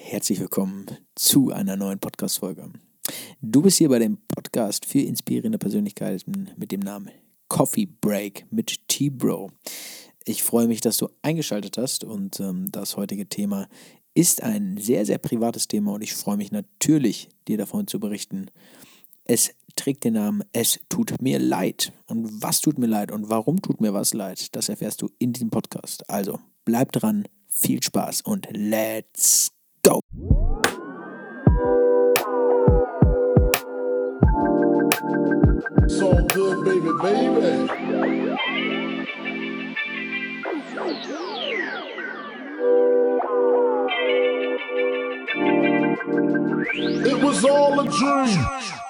herzlich willkommen zu einer neuen Podcast-Folge. Du bist hier bei dem Podcast für inspirierende Persönlichkeiten mit dem Namen Coffee Break mit T-Bro. Ich freue mich, dass du eingeschaltet hast und das heutige Thema ist ein sehr, sehr privates Thema und ich freue mich natürlich, dir davon zu berichten. Es trägt den Namen Es tut mir leid. Und was tut mir leid und warum tut mir was leid, das erfährst du in diesem Podcast. Also bleib dran, viel Spaß und let's go! So good, baby, baby. It was all a dream.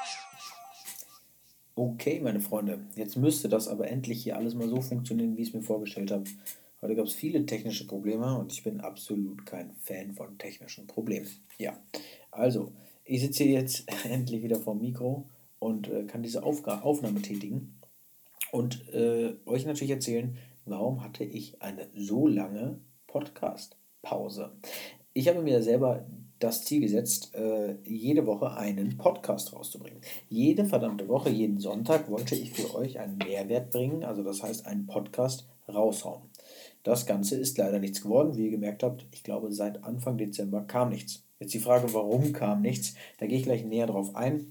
Okay, meine Freunde, jetzt müsste das aber endlich hier alles mal so funktionieren, wie ich es mir vorgestellt habe. Heute gab es viele technische Probleme und ich bin absolut kein Fan von technischen Problemen. Ja, also, ich sitze hier jetzt endlich wieder vorm Mikro und kann diese Aufnahme tätigen und euch natürlich erzählen, warum hatte ich eine so lange Podcast-Pause. Ich habe mir selber das Ziel gesetzt, jede Woche einen Podcast rauszubringen. Jede verdammte Woche, jeden Sonntag wollte ich für euch einen Mehrwert bringen, also das heißt einen Podcast raushauen. Das Ganze ist leider nichts geworden, wie ihr gemerkt habt. Ich glaube, seit Anfang Dezember kam nichts. Jetzt die Frage, warum kam nichts, da gehe ich gleich näher drauf ein.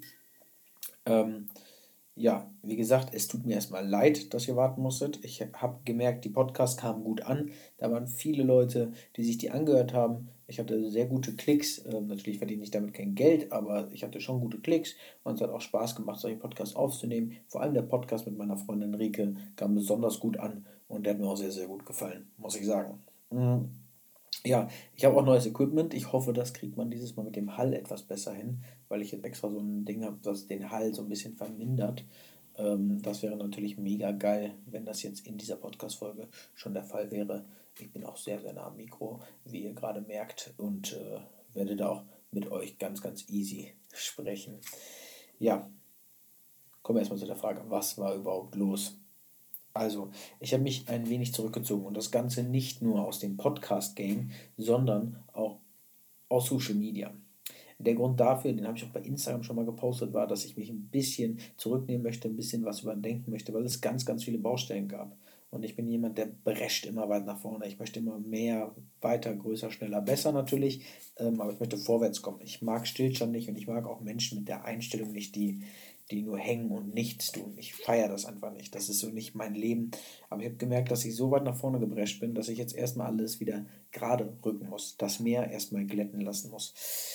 Ja, wie gesagt, es tut mir erstmal leid, dass ihr warten musstet. Ich habe gemerkt, die Podcasts kamen gut an. Da waren viele Leute, die sich die angehört haben. Ich hatte sehr gute Klicks. Natürlich verdiene ich damit kein Geld, aber ich hatte schon gute Klicks. Und es hat auch Spaß gemacht, solche Podcasts aufzunehmen. Vor allem der Podcast mit meiner Freundin Rike kam besonders gut an und der hat mir auch sehr, sehr gut gefallen, muss ich sagen. Ja, ich habe auch neues Equipment. Ich hoffe, das kriegt man dieses Mal mit dem Hall etwas besser hin, weil ich jetzt extra so ein Ding habe, das den Hall so ein bisschen vermindert. Das wäre natürlich mega geil, wenn das jetzt in dieser Podcast-Folge schon der Fall wäre. Ich bin auch sehr, sehr nah am Mikro, wie ihr gerade merkt, und werde da auch mit euch ganz, ganz easy sprechen. Ja, kommen wir erstmal zu der Frage, was war überhaupt los? Also, ich habe mich ein wenig zurückgezogen und das Ganze nicht nur aus dem Podcast-Game, sondern auch aus Social Media. Der Grund dafür, den habe ich auch bei Instagram schon mal gepostet, war, dass ich mich ein bisschen zurücknehmen möchte, ein bisschen was überdenken möchte, weil es ganz, ganz viele Baustellen gab. Und ich bin jemand, der prescht immer weit nach vorne. Ich möchte immer mehr, weiter, größer, schneller, besser natürlich, aber ich möchte vorwärts kommen. Ich mag Stillstand nicht und ich mag auch Menschen mit der Einstellung nicht, die nur hängen und nichts tun. Ich feiere das einfach nicht. Das ist so nicht mein Leben. Aber ich habe gemerkt, dass ich so weit nach vorne geprescht bin, dass ich jetzt erstmal alles wieder gerade rücken muss. Das Meer erstmal glätten lassen muss.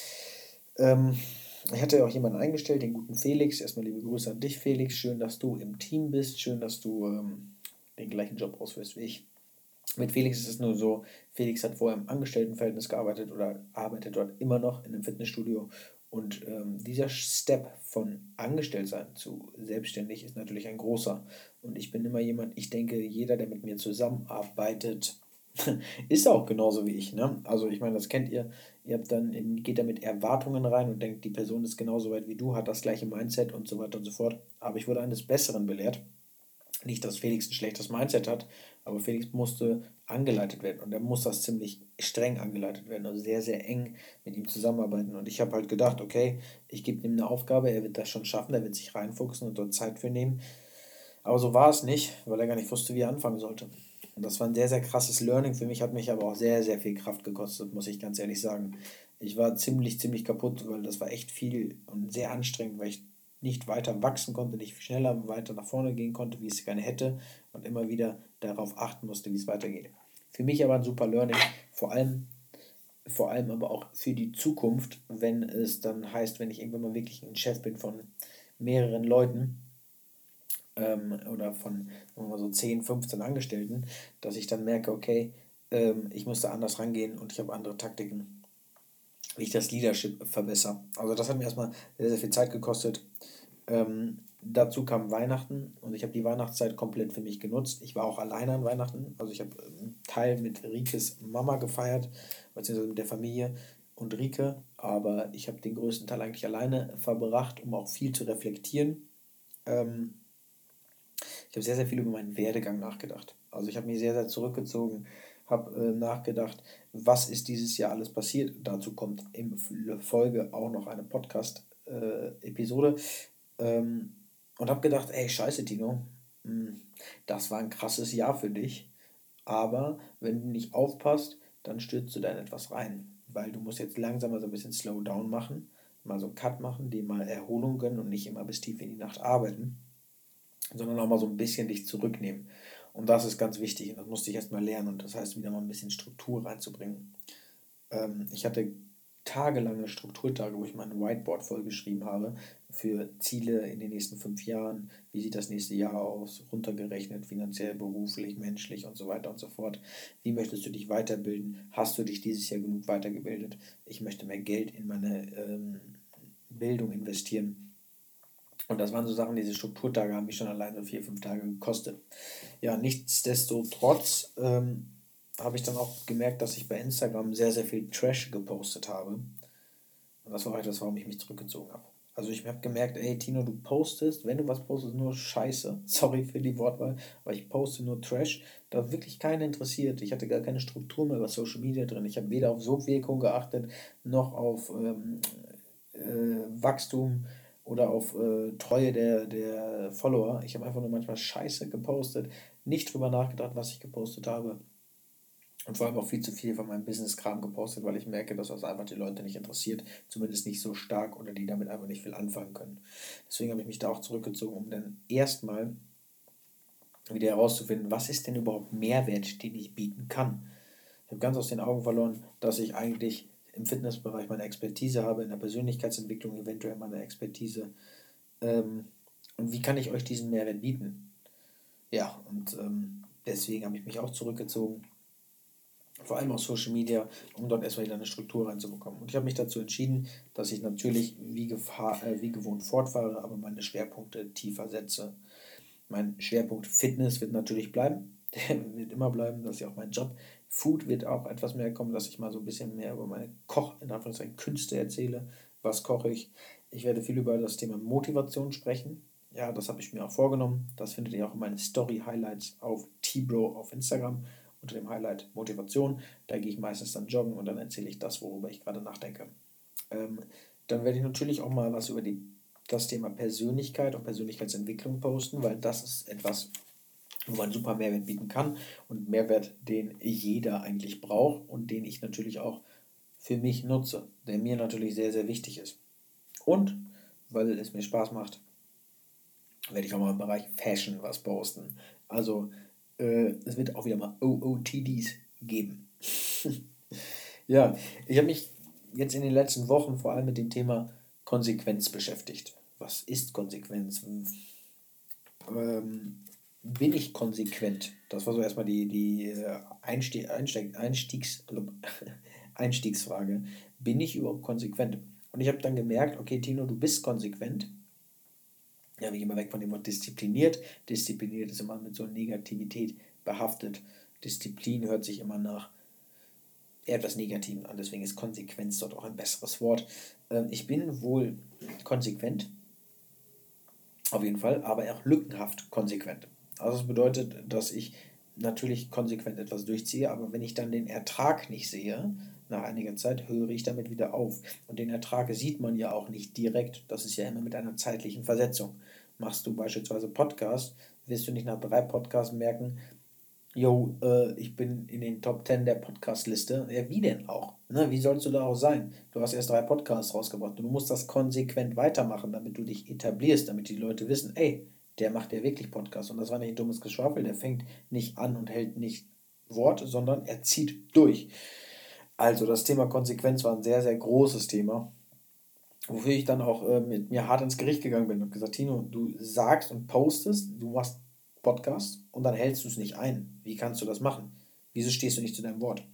Ich hatte ja auch jemanden eingestellt, den guten Felix. Erstmal liebe Grüße an dich, Felix. Schön, dass du im Team bist. Schön, dass du den gleichen Job ausführst wie ich. Mit Felix ist es nur so, Felix hat vorher im Angestelltenverhältnis gearbeitet oder arbeitet dort immer noch in einem Fitnessstudio. Und dieser Step von Angestelltsein zu selbstständig ist natürlich ein großer. Und ich bin immer jemand, ich denke, jeder, der mit mir zusammenarbeitet, ist auch genauso wie ich. Ne? Also ich meine, das kennt ihr. Ihr geht da mit Erwartungen rein und denkt, die Person ist genauso weit wie du, hat das gleiche Mindset und so weiter und so fort. Aber ich wurde eines Besseren belehrt. Nicht, dass Felix ein schlechtes Mindset hat, aber Felix musste angeleitet werden und er muss das ziemlich streng angeleitet werden, also sehr, sehr eng mit ihm zusammenarbeiten. Und ich habe halt gedacht, okay, ich gebe ihm eine Aufgabe, er wird das schon schaffen, er wird sich reinfuchsen und dort Zeit für nehmen. Aber so war es nicht, weil er gar nicht wusste, wie er anfangen sollte. Und das war ein sehr, sehr krasses Learning für mich, hat mich aber auch sehr, sehr viel Kraft gekostet, muss ich ganz ehrlich sagen. Ich war ziemlich, ziemlich kaputt, weil das war echt viel und sehr anstrengend, weil ich nicht weiter wachsen konnte, nicht schneller weiter nach vorne gehen konnte, wie ich es gerne hätte und immer wieder darauf achten musste, wie es weitergeht. Für mich aber ein super Learning, vor allem aber auch für die Zukunft, wenn es dann heißt, wenn ich irgendwann mal wirklich ein Chef bin von mehreren Leuten, oder von sagen wir mal so 10, 15 Angestellten, dass ich dann merke, okay, ich muss da anders rangehen und ich habe andere Taktiken, wie ich das Leadership verbessere. Also das hat mir erstmal sehr, sehr viel Zeit gekostet. Dazu kam Weihnachten und ich habe die Weihnachtszeit komplett für mich genutzt. Ich war auch alleine an Weihnachten, also ich habe einen Teil mit Rikes Mama gefeiert, beziehungsweise mit der Familie und Rike, aber ich habe den größten Teil eigentlich alleine verbracht, um auch viel zu reflektieren. Ähm, Ich habe sehr, sehr viel über meinen Werdegang nachgedacht. Also ich habe mich sehr, sehr zurückgezogen, habe nachgedacht, was ist dieses Jahr alles passiert. Dazu kommt in Folge auch noch eine Podcast-Episode. Und habe gedacht, ey, scheiße, Tino, mh, das war ein krasses Jahr für dich. Aber wenn du nicht aufpasst, dann stürzt du da in etwas rein. Weil du musst jetzt langsam mal so ein bisschen Slow down machen, mal so einen Cut machen, dir mal Erholung gönnen und nicht immer bis tief in die Nacht arbeiten, sondern auch mal so ein bisschen dich zurücknehmen. Und das ist ganz wichtig und das musste ich erst mal lernen und das heißt, wieder mal ein bisschen Struktur reinzubringen. Ich hatte tagelange Strukturtage, wo ich mein Whiteboard vollgeschrieben habe für Ziele in den nächsten 5 Jahren. Wie sieht das nächste Jahr aus? Runtergerechnet, finanziell, beruflich, menschlich und so weiter und so fort. Wie möchtest du dich weiterbilden? Hast du dich dieses Jahr genug weitergebildet? Ich möchte mehr Geld in meine Bildung investieren. Und das waren so Sachen, diese Strukturtage haben mich schon alleine 4, 5 Tage gekostet. Ja, nichtsdestotrotz habe ich dann auch gemerkt, dass ich bei Instagram sehr, sehr viel Trash gepostet habe. Und das war auch etwas, warum ich mich zurückgezogen habe. Also ich habe gemerkt, ey Tino, du postest, wenn du was postest, nur Scheiße. Sorry für die Wortwahl, aber ich poste nur Trash. Da wirklich keiner interessiert. Ich hatte gar keine Struktur mehr bei Social Media drin. Ich habe weder auf Sogwirkung geachtet, noch auf Wachstum oder auf Treue der Follower. Ich habe einfach nur manchmal Scheiße gepostet, nicht drüber nachgedacht, was ich gepostet habe. Und vor allem auch viel zu viel von meinem Business-Kram gepostet, weil ich merke, dass das einfach die Leute nicht interessiert, zumindest nicht so stark oder die damit einfach nicht viel anfangen können. Deswegen habe ich mich da auch zurückgezogen, um dann erstmal wieder herauszufinden, was ist denn überhaupt Mehrwert, den ich bieten kann. Ich habe ganz aus den Augen verloren, dass ich eigentlich im Fitnessbereich meine Expertise habe, in der Persönlichkeitsentwicklung eventuell meine Expertise. Ähm, und wie kann ich euch diesen Mehrwert bieten? Ja, und deswegen habe ich mich auch zurückgezogen, vor allem auf Social Media, um dort erstmal wieder eine Struktur reinzubekommen. Und ich habe mich dazu entschieden, dass ich natürlich wie gewohnt fortfahre, aber meine Schwerpunkte tiefer setze. Mein Schwerpunkt Fitness wird natürlich bleiben, der wird immer bleiben, das ist ja auch mein Job. Food wird auch etwas mehr kommen, dass ich mal so ein bisschen mehr über meine in Anführungszeichen, Künste erzähle. Was koche ich? Ich werde viel über das Thema Motivation sprechen. Ja, das habe ich mir auch vorgenommen. Das findet ihr auch in meinen Story-Highlights auf T-Bro auf Instagram unter dem Highlight Motivation. Da gehe ich meistens dann joggen und dann erzähle ich das, worüber ich gerade nachdenke. Ähm, Dann werde ich natürlich auch mal was über das Thema Persönlichkeit und Persönlichkeitsentwicklung posten, weil das ist etwas, wo man super Mehrwert bieten kann und Mehrwert, den jeder eigentlich braucht und den ich natürlich auch für mich nutze, der mir natürlich sehr, sehr wichtig ist. Und weil es mir Spaß macht, werde ich auch mal im Bereich Fashion was posten. Also es wird auch wieder mal OOTDs geben. Ja, ich habe mich jetzt in den letzten Wochen vor allem mit dem Thema Konsequenz beschäftigt. Was ist Konsequenz? Bin ich konsequent? Das war so erstmal die Einstiegsfrage. Bin ich überhaupt konsequent? Und ich habe dann gemerkt, okay, Tino, du bist konsequent. Ja, ich immer weg von dem Wort diszipliniert. Diszipliniert ist immer mit so Negativität behaftet. Disziplin hört sich immer nach etwas Negativen an, deswegen ist Konsequenz dort auch ein besseres Wort. Ich bin wohl konsequent, auf jeden Fall, aber auch lückenhaft konsequent. Also das bedeutet, dass ich natürlich konsequent etwas durchziehe, aber wenn ich dann den Ertrag nicht sehe, nach einiger Zeit höre ich damit wieder auf. Und den Ertrag sieht man ja auch nicht direkt. Das ist ja immer mit einer zeitlichen Versetzung. Machst du beispielsweise Podcast, wirst du nicht nach 3 Podcasts merken, yo, ich bin in den Top 10 der Podcast-Liste. Ja, wie denn auch? Ne? Wie sollst du da auch sein? Du hast erst 3 Podcasts rausgebracht und du musst das konsequent weitermachen, damit du dich etablierst, damit die Leute wissen, ey, der macht ja wirklich Podcasts. Und das war nicht ein dummes Geschwafel, der fängt nicht an und hält nicht Wort, sondern er zieht durch. Also das Thema Konsequenz war ein sehr, sehr großes Thema, wofür ich dann auch mit mir hart ins Gericht gegangen bin und gesagt, Tino, du sagst und postest, du machst Podcast und dann hältst du es nicht ein. Wie kannst du das machen? Wieso stehst du nicht zu deinem Wort?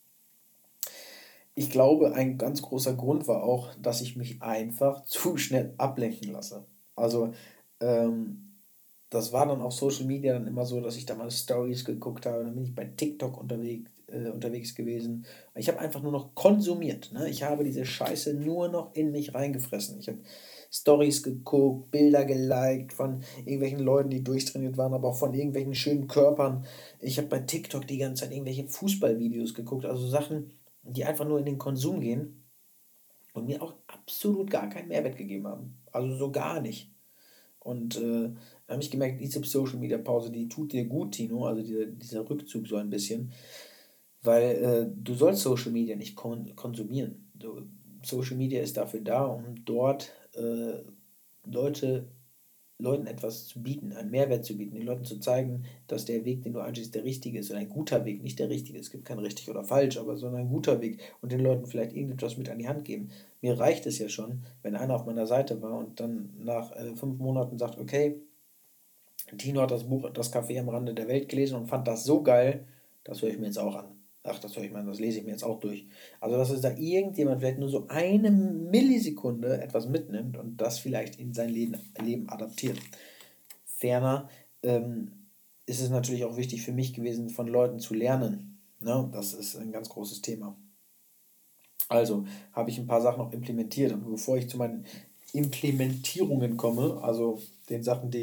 Ich glaube, ein ganz großer Grund war auch, dass ich mich einfach zu schnell ablenken lasse. Also, ähm, das war dann auf Social Media dann immer so, dass ich da mal Stories geguckt habe, dann bin ich bei TikTok unterwegs gewesen. Ich habe einfach nur noch konsumiert. Ne? Ich habe diese Scheiße nur noch in mich reingefressen. Ich habe Stories geguckt, Bilder geliked von irgendwelchen Leuten, die durchtrainiert waren, aber auch von irgendwelchen schönen Körpern. Ich habe bei TikTok die ganze Zeit irgendwelche Fußballvideos geguckt, also Sachen, die einfach nur in den Konsum gehen und mir auch absolut gar keinen Mehrwert gegeben haben. Also so gar nicht. Und da habe ich gemerkt, diese Social Media Pause, die tut dir gut, Tino, also dieser Rückzug so ein bisschen, weil du sollst Social Media nicht konsumieren. Social Media ist dafür da, um dort Leute, Leuten etwas zu bieten, einen Mehrwert zu bieten, den Leuten zu zeigen, dass der Weg, den du einschlägst, der richtige ist und ein guter Weg, nicht der richtige. Es gibt kein richtig oder falsch, aber sondern ein guter Weg und den Leuten vielleicht irgendetwas mit an die Hand geben. Mir reicht es ja schon, wenn einer auf meiner Seite war und dann nach 5 Monaten sagt, okay, Tino hat das Buch Das Café am Rande der Welt gelesen und fand das so geil, das höre ich mir jetzt auch an. Ach, das höre ich mir an, das lese ich mir jetzt auch durch. Also, dass es da irgendjemand vielleicht nur so eine Millisekunde etwas mitnimmt und das vielleicht in sein Leben adaptiert. Ferner ähm, ist es natürlich auch wichtig für mich gewesen, von Leuten zu lernen. Ne? Das ist ein ganz großes Thema. Also habe ich ein paar Sachen noch implementiert. Und bevor ich zu meinen Implementierungen komme, also den Sachen,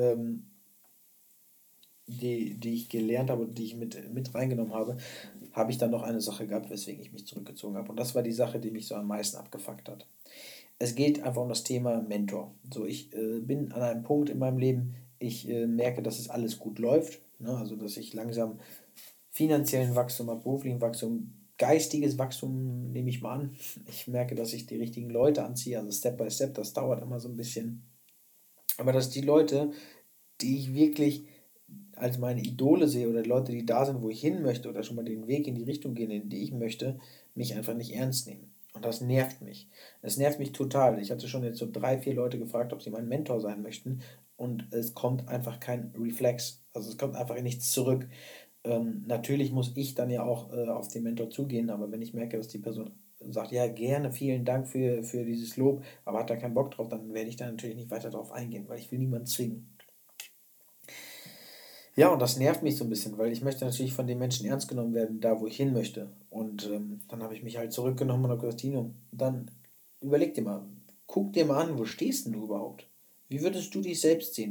die ich gelernt habe und die ich mit reingenommen habe, habe ich dann noch eine Sache gehabt, weswegen ich mich zurückgezogen habe. Und das war die Sache, die mich so am meisten abgefuckt hat. Es geht einfach um das Thema Mentor. So, ich bin an einem Punkt in meinem Leben, ich merke, dass es alles gut läuft. Ne? Also, dass ich langsam finanziellen Wachstum habe, beruflichen Wachstum, geistiges Wachstum nehme ich mal an. Ich merke, dass ich die richtigen Leute anziehe, also Step by Step, das dauert immer so ein bisschen. Aber dass die Leute, die ich wirklich als meine Idole sehe oder Leute, die da sind, wo ich hin möchte oder schon mal den Weg in die Richtung gehen, in die ich möchte, mich einfach nicht ernst nehmen. Und das nervt mich. Es nervt mich total. Ich hatte schon jetzt so 3, 4 Leute gefragt, ob sie mein Mentor sein möchten und es kommt einfach kein Reflex. Also es kommt einfach nichts zurück. Natürlich muss ich dann ja auch auf den Mentor zugehen, aber wenn ich merke, dass die Person sagt, ja gerne, vielen Dank für dieses Lob, aber hat da keinen Bock drauf, dann werde ich da natürlich nicht weiter drauf eingehen, weil ich will niemanden zwingen. Ja, und das nervt mich so ein bisschen, weil ich möchte natürlich von den Menschen ernst genommen werden, da wo ich hin möchte. Und dann habe ich mich halt zurückgenommen und habe gesagt, Tino, dann überleg dir mal, guck dir mal an, wo stehst denn du überhaupt? Wie würdest du dich selbst sehen?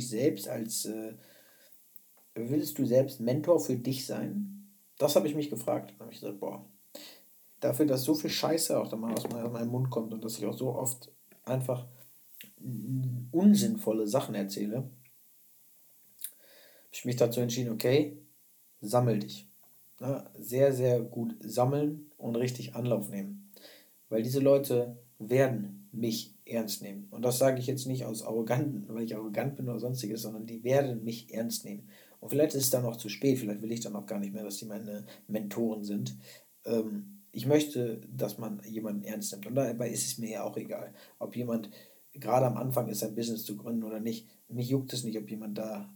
Würdest du selbst Mentor für dich sein? Das habe ich mich gefragt. Dann habe ich gesagt, boah, dafür, dass so viel Scheiße auch da mal aus meinem Mund kommt und dass ich auch so oft einfach unsinnvolle Sachen erzähle, habe ich mich dazu entschieden, okay, sammel dich. Ja, sehr, sehr gut sammeln und richtig Anlauf nehmen. Weil diese Leute werden mich ernst nehmen. Und das sage ich jetzt nicht aus arrogant, weil ich arrogant bin oder sonstiges, sondern die werden mich ernst nehmen. Und vielleicht ist es dann auch zu spät, vielleicht will ich dann auch gar nicht mehr, dass die meine Mentoren sind. Ich möchte, dass man jemanden ernst nimmt. Und dabei ist es mir ja auch egal, ob jemand gerade am Anfang ist, ein Business zu gründen oder nicht. Mich juckt es nicht, ob jemand da,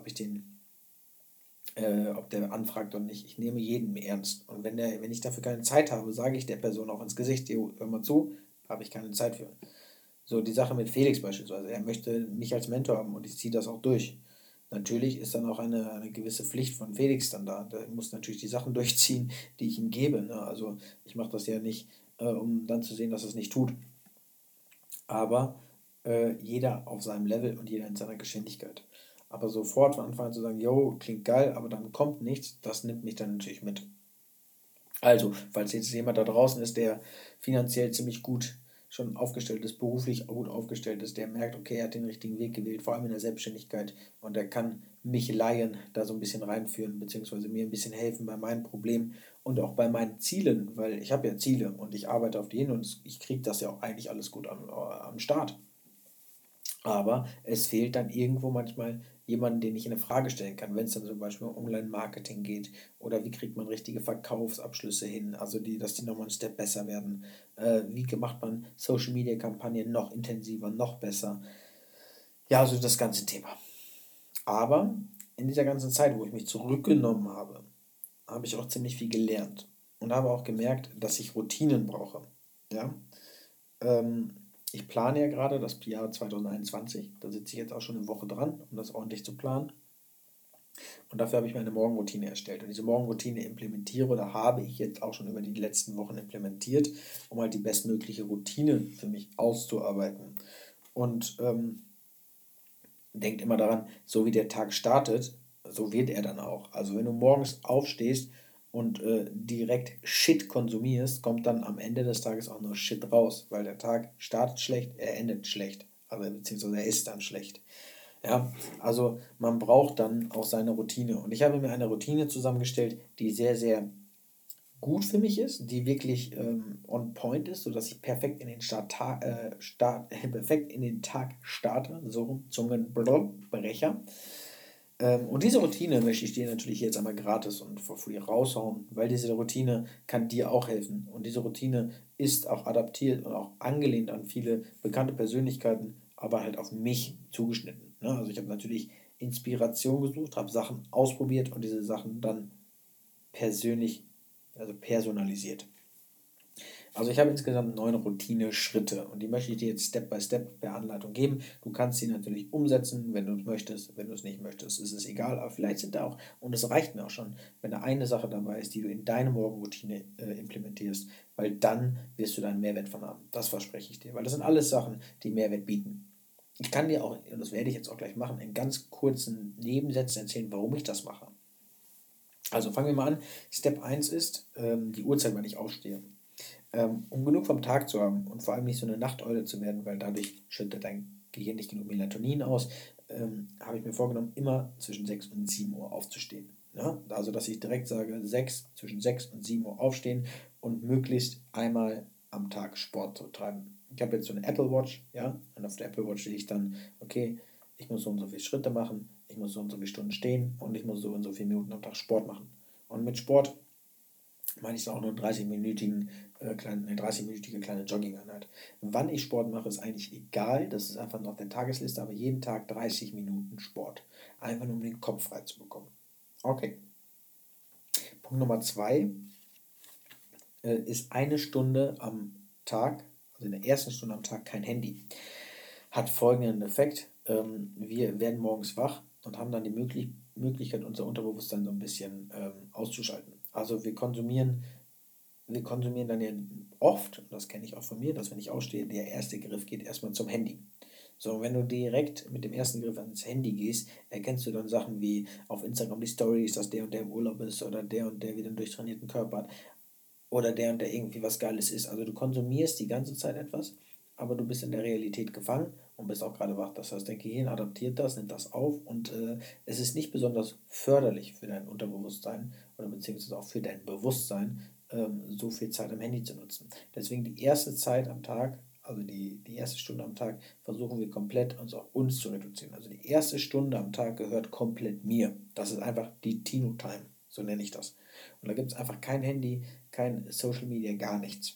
ob der anfragt oder nicht. Ich nehme jeden ernst. Und wenn ich dafür keine Zeit habe, sage ich der Person auch ins Gesicht, "Jo, hör mal zu, habe ich keine Zeit für." So die Sache mit Felix beispielsweise. Er möchte mich als Mentor haben und ich ziehe das auch durch. Natürlich ist dann auch eine gewisse Pflicht von Felix dann da. Der muss natürlich die Sachen durchziehen, die ich ihm gebe. Ne? Also ich mache das ja nicht, um dann zu sehen, dass er es nicht tut. Aber jeder auf seinem Level und jeder in seiner Geschwindigkeit. Aber sofort von Anfang an zu sagen, yo, klingt geil, aber dann kommt nichts, das nimmt mich dann natürlich mit. Also, falls jetzt jemand da draußen ist, der finanziell ziemlich gut schon aufgestellt ist, beruflich gut aufgestellt ist, der merkt, okay, er hat den richtigen Weg gewählt, vor allem in der Selbstständigkeit, und er kann mich leihen, da so ein bisschen reinführen, beziehungsweise mir ein bisschen helfen bei meinen Problemen und auch bei meinen Zielen, weil ich habe ja Ziele und ich arbeite auf die hin und ich kriege das ja auch eigentlich alles gut am Start. Aber es fehlt dann irgendwo manchmal jemanden, den ich in eine Frage stellen kann, wenn es dann zum Beispiel um Online-Marketing geht oder wie kriegt man richtige Verkaufsabschlüsse hin, also dass die nochmal einen Step besser werden. Wie macht man Social-Media-Kampagnen noch intensiver, noch besser? Ja, also das ganze Thema. Aber in dieser ganzen Zeit, wo ich mich zurückgenommen habe, habe ich auch ziemlich viel gelernt und habe auch gemerkt, dass ich Routinen brauche. Ja? Ähm, Ich plane ja gerade das Jahr 2021. Da sitze ich jetzt auch schon eine Woche dran, um das ordentlich zu planen. Und dafür habe ich mir eine Morgenroutine erstellt. Und diese Morgenroutine implementiere oder habe ich jetzt auch schon über die letzten Wochen implementiert, um halt die bestmögliche Routine für mich auszuarbeiten. Und denkt immer daran, so wie der Tag startet, so wird er dann auch. Also wenn du morgens aufstehst und direkt Shit konsumierst, kommt dann am Ende des Tages auch nur Shit raus, weil der Tag startet schlecht, er endet schlecht, also beziehungsweise er ist dann schlecht. Ja, also man braucht dann auch seine Routine. Und ich habe mir eine Routine zusammengestellt, die sehr, sehr gut für mich ist, die wirklich on point ist, sodass ich perfekt in den perfekt in den Tag starte, so rum, Zungenbrecher. Und diese Routine möchte ich dir natürlich jetzt einmal gratis und for free raushauen, weil diese Routine kann dir auch helfen. Und diese Routine ist auch adaptiert und auch angelehnt an viele bekannte Persönlichkeiten, aber halt auf mich zugeschnitten. Ne? Also ich habe natürlich Inspiration gesucht, habe Sachen ausprobiert und diese Sachen dann persönlich, also personalisiert. Also ich habe insgesamt 9 Routine-Schritte und die möchte ich dir jetzt Step by Step per Anleitung geben. Du kannst sie natürlich umsetzen, wenn du es möchtest, wenn du es nicht möchtest, ist es egal, aber vielleicht sind da auch, und es reicht mir auch schon, wenn da eine Sache dabei ist, die du in deine Morgenroutine implementierst, weil dann wirst du da einen Mehrwert von haben. Das verspreche ich dir, weil das sind alles Sachen, die Mehrwert bieten. Ich kann dir auch, und das werde ich jetzt auch gleich machen, in ganz kurzen Nebensätzen erzählen, warum ich das mache. Also fangen wir mal an. Step 1 ist die Uhrzeit, wann ich aufstehe. Um genug vom Tag zu haben und vor allem nicht so eine Nachteule zu werden, weil dadurch schüttet dein Gehirn nicht genug Melatonin aus, habe ich mir vorgenommen, immer zwischen 6 und 7 Uhr aufzustehen. Ja? Also, dass ich direkt sage, zwischen 6 und 7 Uhr aufstehen und möglichst einmal am Tag Sport zu treiben. Ich habe jetzt so eine Apple Watch, ja, und auf der Apple Watch sehe ich dann, okay, ich muss so und so viele Schritte machen, ich muss so und so viele Stunden stehen und ich muss so und so viele Minuten am Tag Sport machen. Und mit Sport meine ich auch nur 30-minütige kleine Jogging-Einheit. Wann ich Sport mache, ist eigentlich egal. Das ist einfach noch der Tagesliste, aber jeden Tag 30 Minuten Sport. Einfach nur um den Kopf frei zu bekommen. Okay. Punkt Nummer 2 ist eine Stunde am Tag, also in der ersten Stunde am Tag kein Handy. Hat folgenden Effekt. Wir werden morgens wach und haben dann die Möglichkeit, unser Unterbewusstsein so ein bisschen auszuschalten. Also wir konsumieren dann ja oft, und das kenne ich auch von mir, dass wenn ich ausstehe, der erste Griff geht erstmal zum Handy. So, wenn du direkt mit dem ersten Griff ans Handy gehst, erkennst du dann Sachen wie auf Instagram die Stories, dass der und der im Urlaub ist oder der und der wieder einen durchtrainierten Körper hat oder der und der irgendwie was Geiles ist. Also du konsumierst die ganze Zeit etwas, aber du bist in der Realität gefangen und bist auch gerade wach. Das heißt, dein Gehirn adaptiert das, nimmt das auf und es ist nicht besonders förderlich für dein Unterbewusstsein oder beziehungsweise auch für dein Bewusstsein, so viel Zeit am Handy zu nutzen. Deswegen die erste Zeit am Tag, also die erste Stunde am Tag, versuchen wir komplett uns auf uns zu reduzieren. Also die erste Stunde am Tag gehört komplett mir. Das ist einfach die Tino-Time, so nenne ich das. Und da gibt es einfach kein Handy, kein Social Media, gar nichts.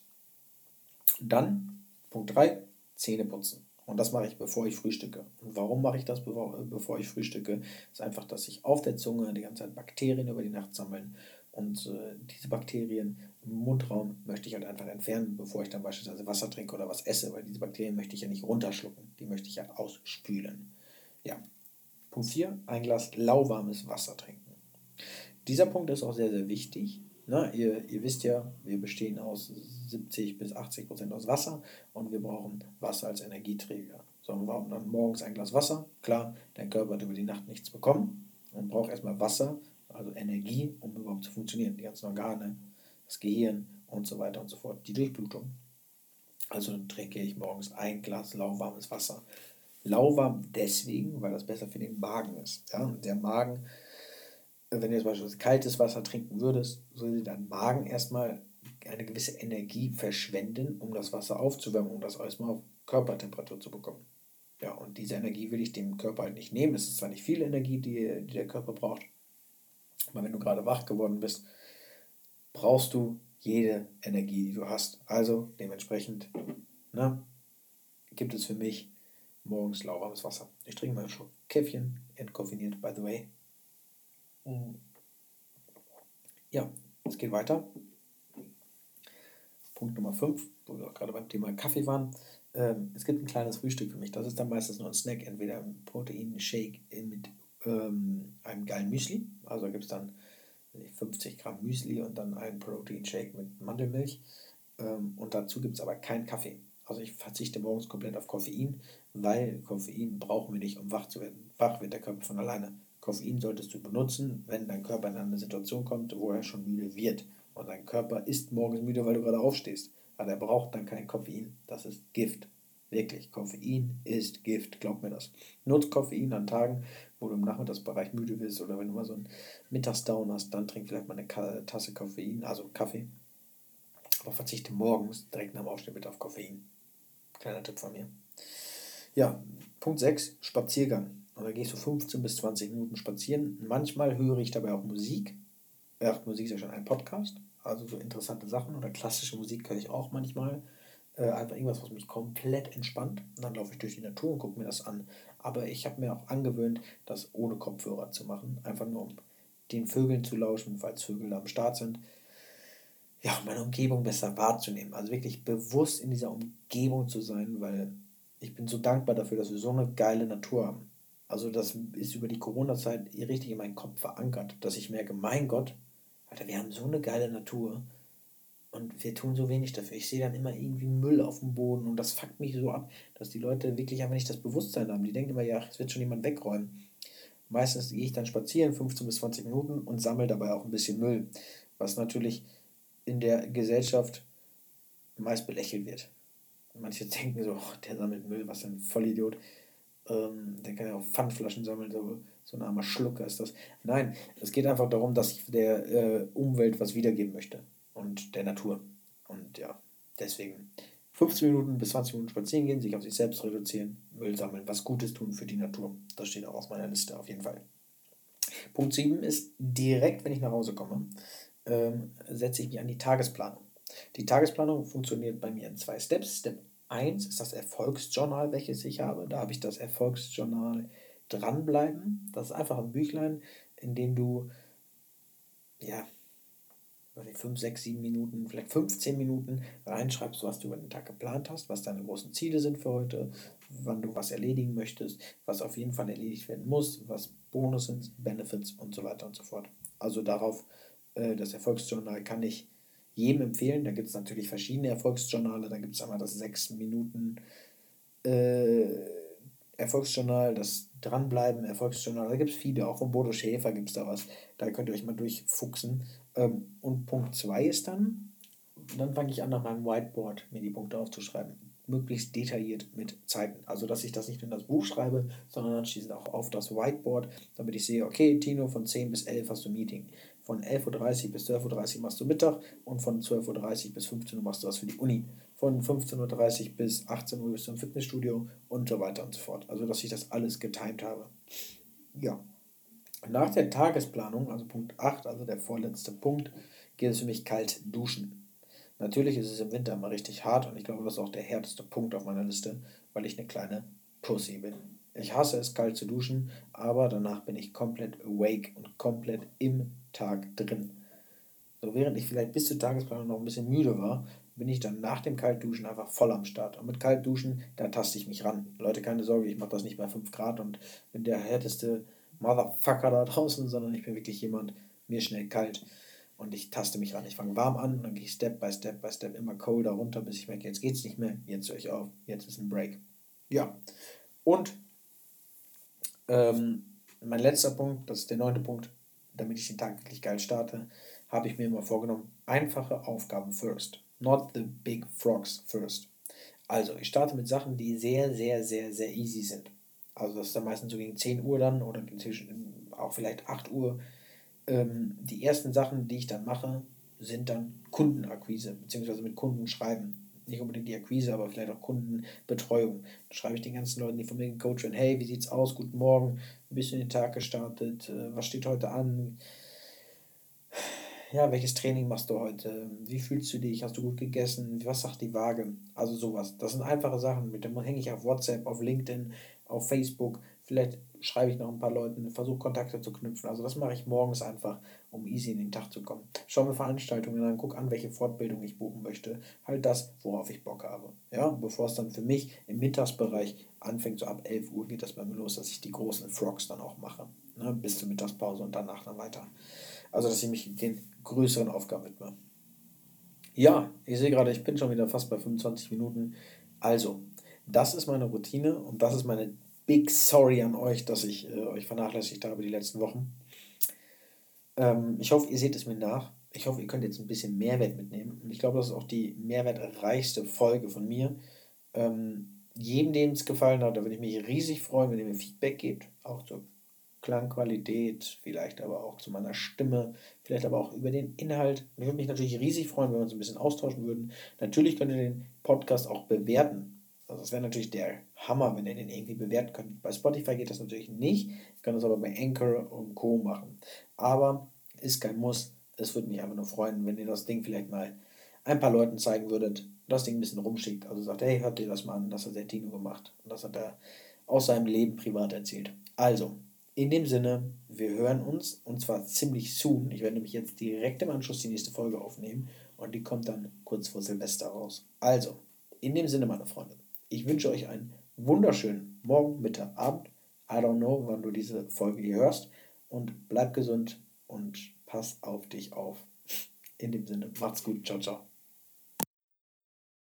Dann, Punkt 3, Zähne putzen. Und das mache ich, bevor ich frühstücke. Und warum mache ich das, bevor ich frühstücke? Ist einfach, dass sich auf der Zunge die ganze Zeit Bakterien über die Nacht sammeln. Und diese Bakterien im Mundraum möchte ich halt einfach entfernen, bevor ich dann beispielsweise Wasser trinke oder was esse, weil diese Bakterien möchte ich ja nicht runterschlucken. Die möchte ich ja ausspülen. Ja. Punkt 4, ein Glas lauwarmes Wasser trinken. Dieser Punkt ist auch sehr, sehr wichtig. Na, ihr wisst ja, wir bestehen aus 70 bis 80% aus Wasser und wir brauchen Wasser als Energieträger. So, wir brauchen dann morgens ein Glas Wasser. Klar, dein Körper hat über die Nacht nichts bekommen und braucht erstmal Wasser, also Energie, um überhaupt zu funktionieren. Die ganzen Organe, das Gehirn und so weiter und so fort. Die Durchblutung. Also trinke ich morgens ein Glas lauwarmes Wasser. Lauwarm deswegen, weil das besser für den Magen ist. Ja? Und der Magen, wenn du jetzt beispielsweise kaltes Wasser trinken würdest, würde dein Magen erstmal eine gewisse Energie verschwenden, um das Wasser aufzuwärmen, um das erstmal auf Körpertemperatur zu bekommen. Ja, und diese Energie will ich dem Körper halt nicht nehmen. Es ist zwar nicht viel Energie, die der Körper braucht, aber wenn du gerade wach geworden bist, brauchst du jede Energie, die du hast. Also dementsprechend, ne, gibt es für mich morgens lauwarmes Wasser. Ich trinke mal schon Käffchen, entkoffiniert, by the way. Ja, es geht weiter. Punkt Nummer 5, wo wir auch gerade beim Thema Kaffee waren. Es gibt ein kleines Frühstück für mich. Das ist dann meistens nur ein Snack, entweder ein Proteinshake mit einem geilen Müsli. Also da gibt es dann 50 Gramm Müsli und dann einen Protein-Shake mit Mandelmilch. Und dazu gibt es aber keinen Kaffee. Also ich verzichte morgens komplett auf Koffein, weil Koffein brauchen wir nicht, um wach zu werden. Wach wird der Körper von alleine. Koffein solltest du benutzen, wenn dein Körper in eine Situation kommt, wo er schon müde wird. Und dein Körper ist morgens müde, weil du gerade aufstehst. Aber er braucht dann kein Koffein. Das ist Gift. Wirklich, Koffein ist Gift, glaub mir das. Nutz Koffein an Tagen, wo du im Nachmittagsbereich müde bist oder wenn du mal so einen Mittagsdown hast, dann trink vielleicht mal eine Tasse Koffein, also Kaffee. Aber verzichte morgens direkt nach dem Aufstehen bitte auf Koffein. Kleiner Tipp von mir. Ja, Punkt 6, Spaziergang. Und da gehst du 15 bis 20 Minuten spazieren. Manchmal höre ich dabei auch Musik. Musik ist ja schon ein Podcast, also so interessante Sachen oder klassische Musik höre ich auch manchmal. Einfach irgendwas, was mich komplett entspannt. Und dann laufe ich durch die Natur und gucke mir das an. Aber ich habe mir auch angewöhnt, das ohne Kopfhörer zu machen. Einfach nur, um den Vögeln zu lauschen, falls Vögel da am Start sind. Ja, um meine Umgebung besser wahrzunehmen. Also wirklich bewusst in dieser Umgebung zu sein, weil ich bin so dankbar dafür, dass wir so eine geile Natur haben. Also das ist über die Corona-Zeit richtig in meinen Kopf verankert, dass ich merke, mein Gott, Alter, wir haben so eine geile Natur und wir tun so wenig dafür. Ich sehe dann immer irgendwie Müll auf dem Boden und das fuckt mich so ab, dass die Leute wirklich einfach nicht das Bewusstsein haben. Die denken immer, ja, es wird schon jemand wegräumen. Meistens gehe ich dann spazieren, 15 bis 20 Minuten und sammle dabei auch ein bisschen Müll, was natürlich in der Gesellschaft meist belächelt wird. Manche denken so, oh, der sammelt Müll, was ein Vollidiot. Der kann ja auch Pfandflaschen sammeln, so ein armer Schlucker ist das. Nein, es geht einfach darum, dass ich der Umwelt was wiedergeben möchte und der Natur. Und ja, deswegen 15 Minuten bis 20 Minuten spazieren gehen, sich auf sich selbst reduzieren, Müll sammeln, was Gutes tun für die Natur. Das steht auch auf meiner Liste auf jeden Fall. Punkt 7 ist, direkt wenn ich nach Hause komme, setze ich mich an die Tagesplanung. Die Tagesplanung funktioniert bei mir in 2 Steps. Step 1 ist das Erfolgsjournal, welches ich habe. Da habe ich das Erfolgsjournal dranbleiben. Das ist einfach ein Büchlein, in dem du, ja, 5, 6, 7 Minuten, vielleicht 15 Minuten reinschreibst, was du über den Tag geplant hast, was deine großen Ziele sind für heute, wann du was erledigen möchtest, was auf jeden Fall erledigt werden muss, was Bonus sind, Benefits und so weiter und so fort. Also darauf, das Erfolgsjournal kann ich jedem empfehlen. Da gibt es natürlich verschiedene Erfolgsjournale. Da gibt es einmal das 6 Minuten äh, Erfolgsjournal, das Dranbleiben Erfolgsjournal. Da gibt es viele, auch von Bodo Schäfer gibt es da was. Da könnt ihr euch mal durchfuchsen. Und Punkt 2 ist dann fange ich an, nach meinem Whiteboard mir die Punkte aufzuschreiben. Möglichst detailliert mit Zeiten. Also, dass ich das nicht nur in das Buch schreibe, sondern anschließend auch auf das Whiteboard, damit ich sehe, okay, Tino, von 10 bis 11 hast du ein Meeting. Von 11:30 Uhr bis 12:30 Uhr machst du Mittag und von 12:30 Uhr bis 15 Uhr machst du was für die Uni. Von 15:30 Uhr bis 18 Uhr bist du im Fitnessstudio und so weiter und so fort. Also, dass ich das alles getimed habe. Ja. Nach der Tagesplanung, also Punkt 8, also der vorletzte Punkt, geht es für mich kalt duschen. Natürlich ist es im Winter immer richtig hart und ich glaube, das ist auch der härteste Punkt auf meiner Liste, weil ich eine kleine Pussy bin. Ich hasse es, kalt zu duschen, aber danach bin ich komplett awake und komplett im Tag drin. So, während ich vielleicht bis zur Tagesplanung noch ein bisschen müde war, bin ich dann nach dem Kaltduschen einfach voll am Start. Und mit Kaltduschen, da taste ich mich ran. Leute, keine Sorge, ich mache das nicht bei 5 Grad und bin der härteste Motherfucker da draußen, sondern ich bin wirklich jemand, mir schnell kalt. Und ich taste mich ran. Ich fange warm an und dann gehe ich Step by Step by Step immer colder runter, bis ich merke, jetzt geht's nicht mehr, jetzt höre ich auf, jetzt ist ein Break. Ja, und mein letzter Punkt, das ist der 9. Punkt, damit ich den Tag wirklich geil starte, habe ich mir immer vorgenommen, einfache Aufgaben first, not the big frogs first. Also, ich starte mit Sachen, die sehr, sehr, sehr, sehr easy sind. Also, das ist dann meistens so gegen 10 Uhr dann oder inzwischen auch vielleicht 8 Uhr. Die ersten Sachen, die ich dann mache, sind dann Kundenakquise, beziehungsweise mit Kunden schreiben. Nicht unbedingt die Akquise, aber vielleicht auch Kundenbetreuung. Da schreibe ich den ganzen Leuten, die von mir gecoacht werden, hey, wie sieht's aus? Guten Morgen, wie bist du in den Tag gestartet? Was steht heute an? Ja, welches Training machst du heute? Wie fühlst du dich? Hast du gut gegessen? Was sagt die Waage? Also sowas. Das sind einfache Sachen, mit denen hänge ich auf WhatsApp, auf LinkedIn, auf Facebook. Vielleicht schreibe ich noch ein paar Leuten, versuche Kontakte zu knüpfen. Also das mache ich morgens einfach, um easy in den Tag zu kommen. Schau mir Veranstaltungen an, guck an, welche Fortbildung ich buchen möchte. Halt das, worauf ich Bock habe. Ja, bevor es dann für mich im Mittagsbereich anfängt, so ab 11 Uhr geht das bei mir los, dass ich die großen Frogs dann auch mache. ne, bis zur Mittagspause und danach dann weiter. Also, dass ich mich den größeren Aufgaben widme. Ja, ich sehe gerade, ich bin schon wieder fast bei 25 Minuten. Also, das ist meine Routine und das ist meine Big Sorry an euch, dass ich euch vernachlässigt habe die letzten Wochen. Ich hoffe, ihr seht es mir nach. Ich hoffe, ihr könnt jetzt ein bisschen Mehrwert mitnehmen. Und ich glaube, das ist auch die mehrwertreichste Folge von mir. Jedem, dem es gefallen hat, da würde ich mich riesig freuen, wenn ihr mir Feedback gebt. Auch zur Klangqualität, vielleicht aber auch zu meiner Stimme, vielleicht aber auch über den Inhalt. Und ich würde mich natürlich riesig freuen, wenn wir uns ein bisschen austauschen würden. Natürlich könnt ihr den Podcast auch bewerten. Also das wäre natürlich der Hammer, wenn ihr den irgendwie bewerten könnt. Bei Spotify geht das natürlich nicht. Ihr könnt das aber bei Anchor und Co. machen. Aber ist kein Muss. Es würde mich einfach nur freuen, wenn ihr das Ding vielleicht mal ein paar Leuten zeigen würdet, das Ding ein bisschen rumschickt. Also sagt, hey, hört dir das mal an, das hat der Tino gemacht. Und das hat er aus seinem Leben privat erzählt. Also, in dem Sinne, wir hören uns und zwar ziemlich soon. Ich werde nämlich jetzt direkt im Anschluss die nächste Folge aufnehmen und die kommt dann kurz vor Silvester raus. Also, in dem Sinne, meine Freunde, ich wünsche euch einen wunderschönen Morgen, Mittag, Abend. I don't know, wann du diese Folge hier hörst. Und bleib gesund und pass auf dich auf. In dem Sinne, macht's gut. Ciao, ciao.